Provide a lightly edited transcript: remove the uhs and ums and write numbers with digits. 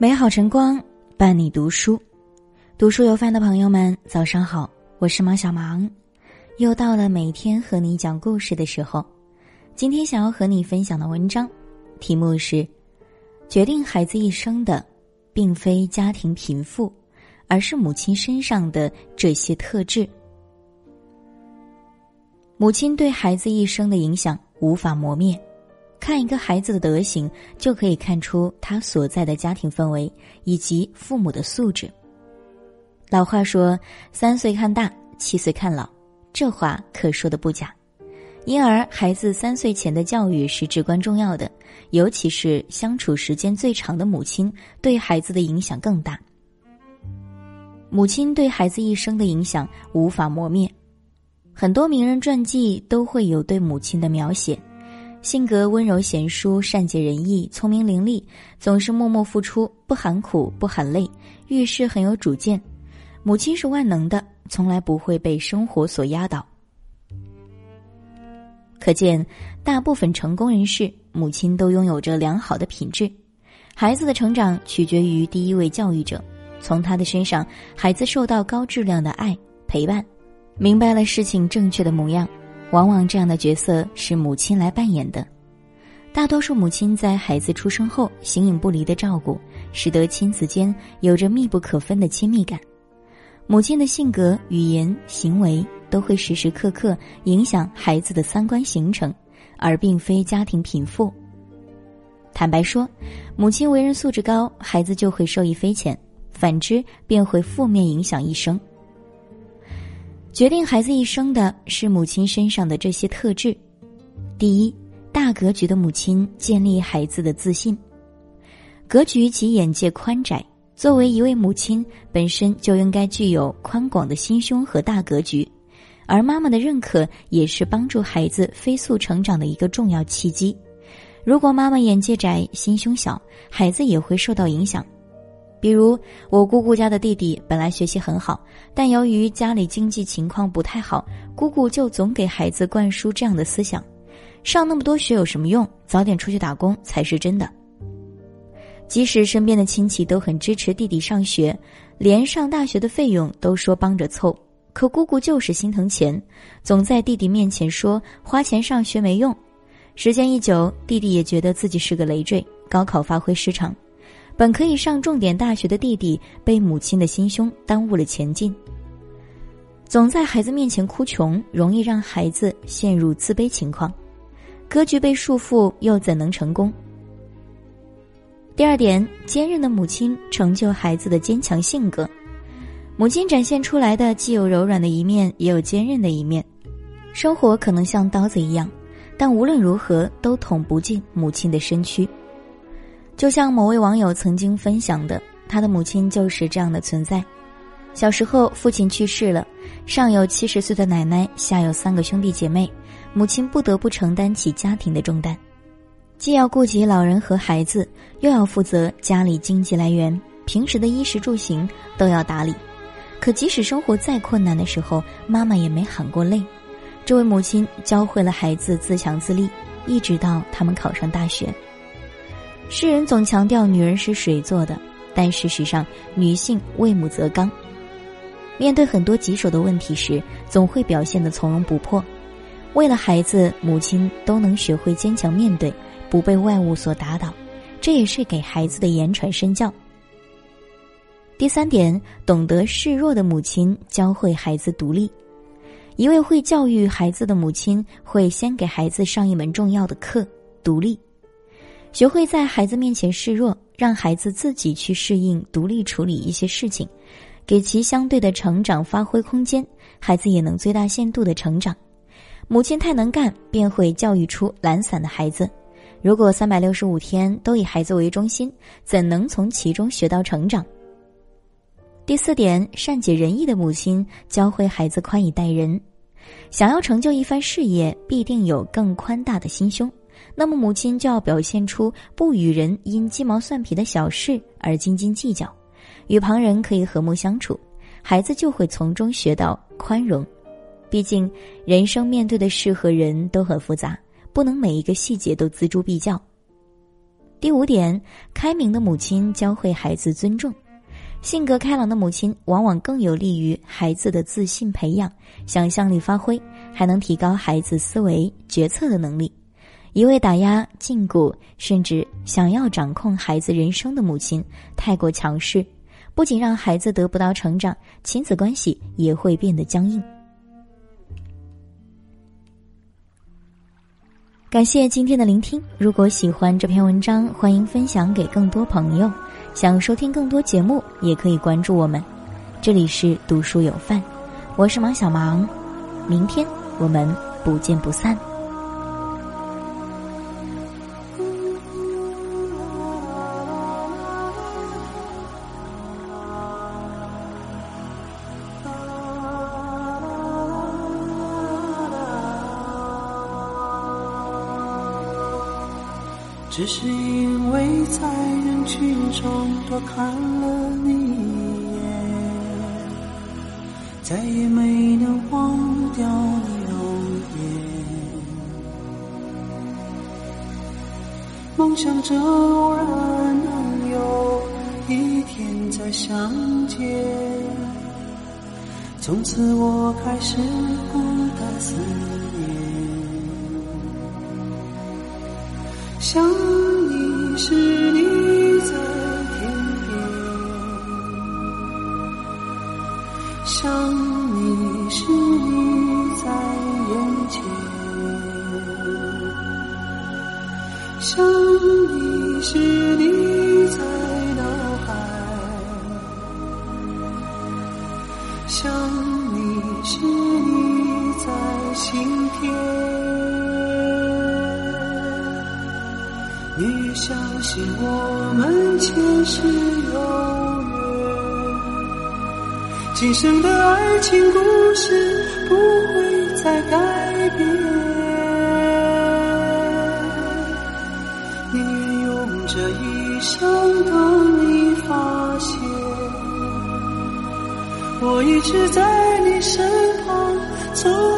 美好晨光伴你读书，读书有饭的朋友们早上好，我是毛小芒，又到了每天和你讲故事的时候。今天想要和你分享的文章题目是决定孩子一生的并非家庭贫富，而是母亲身上的这些特质。母亲对孩子一生的影响无法磨灭，看一个孩子的德行，就可以看出他所在的家庭氛围以及父母的素质。老话说3岁看大，7岁看老，这话可说的不假。因而孩子3岁前的教育是至关重要的，尤其是相处时间最长的母亲对孩子的影响更大。母亲对孩子一生的影响无法磨灭，很多名人传记都会有对母亲的描写，性格温柔贤淑，善解人意，聪明伶俐，总是默默付出，不喊苦不喊累，遇事很有主见。母亲是万能的，从来不会被生活所压倒。可见大部分成功人士母亲都拥有着良好的品质。孩子的成长取决于第一位教育者，从他的身上，孩子受到高质量的爱陪伴，明白了事情正确的模样。往往这样的角色是母亲来扮演的。大多数母亲在孩子出生后形影不离的照顾，使得亲子间有着密不可分的亲密感。母亲的性格、语言、行为都会时时刻刻影响孩子的三观形成，而并非家庭贫富。坦白说，母亲为人素质高，孩子就会受益匪浅，反之便会负面影响一生。决定孩子一生的是母亲身上的这些特质。第一，大格局的母亲建立孩子的自信。格局及眼界宽窄，作为一位母亲，本身就应该具有宽广的心胸和大格局，而妈妈的认可也是帮助孩子飞速成长的一个重要契机。如果妈妈眼界窄，心胸小，孩子也会受到影响。比如我姑姑家的弟弟本来学习很好，但由于家里经济情况不太好，姑姑就总给孩子灌输这样的思想：上那么多学有什么用，早点出去打工才是真的。即使身边的亲戚都很支持弟弟上学，连上大学的费用都说帮着凑，可姑姑就是心疼钱，总在弟弟面前说花钱上学没用。时间一久，弟弟也觉得自己是个累赘，高考发挥失常。本可以上重点大学的弟弟，被母亲的心胸耽误了前进。总在孩子面前哭穷，容易让孩子陷入自卑情况，格局被束缚，又怎能成功？第二点，坚韧的母亲成就孩子的坚强性格。母亲展现出来的既有柔软的一面，也有坚韧的一面。生活可能像刀子一样，但无论如何都捅不进母亲的身躯。就像某位网友曾经分享的，他的母亲就是这样的存在。小时候父亲去世了，上有70岁的奶奶，下有3个兄弟姐妹，母亲不得不承担起家庭的重担，既要顾及老人和孩子，又要负责家里经济来源，平时的衣食住行都要打理。可即使生活再困难的时候，妈妈也没喊过累。这位母亲教会了孩子自强自立，一直到他们考上大学。世人总强调女人是水做的，但事实上女性为母则刚。面对很多棘手的问题时，总会表现得从容不迫。为了孩子，母亲都能学会坚强面对，不被外物所打倒，这也是给孩子的言传身教。第三点，懂得示弱的母亲教会孩子独立。一位会教育孩子的母亲，会先给孩子上一门重要的课——独立。学会在孩子面前示弱，让孩子自己去适应独立处理一些事情，给其相对的成长发挥空间，孩子也能最大限度的成长。母亲太能干，便会教育出懒散的孩子。如果365天都以孩子为中心，怎能从其中学到成长？第四点，善解人意的母亲教会孩子宽以待人。想要成就一番事业，必定有更宽大的心胸。那么母亲就要表现出不与人因鸡毛蒜皮的小事而斤斤计较，与旁人可以和睦相处，孩子就会从中学到宽容。毕竟人生面对的事和人都很复杂，不能每一个细节都锱铢必较。 第5点，开明的母亲教会孩子尊重。性格开朗的母亲往往更有利于孩子的自信培养、想象力发挥，还能提高孩子思维、决策的能力。一味打压、禁锢，甚至想要掌控孩子人生的母亲太过强势，不仅让孩子得不到成长，亲子关系也会变得僵硬。感谢今天的聆听，如果喜欢这篇文章，欢迎分享给更多朋友。想收听更多节目，也可以关注我们。这里是读书有范，我是芒小芒，明天我们不见不散。 只是因为在人群中多看了你一眼，再也没能忘掉你容颜。梦想着偶然能有一天再相见，从此我开始孤单思念。想你时你在天边，想你时你在眼前，想你时你在脑海，想你时你在心田。你越相信我们前世有缘，今生的爱情故事不会再改变。宁愿用这一生等你发现，我一直在你身旁走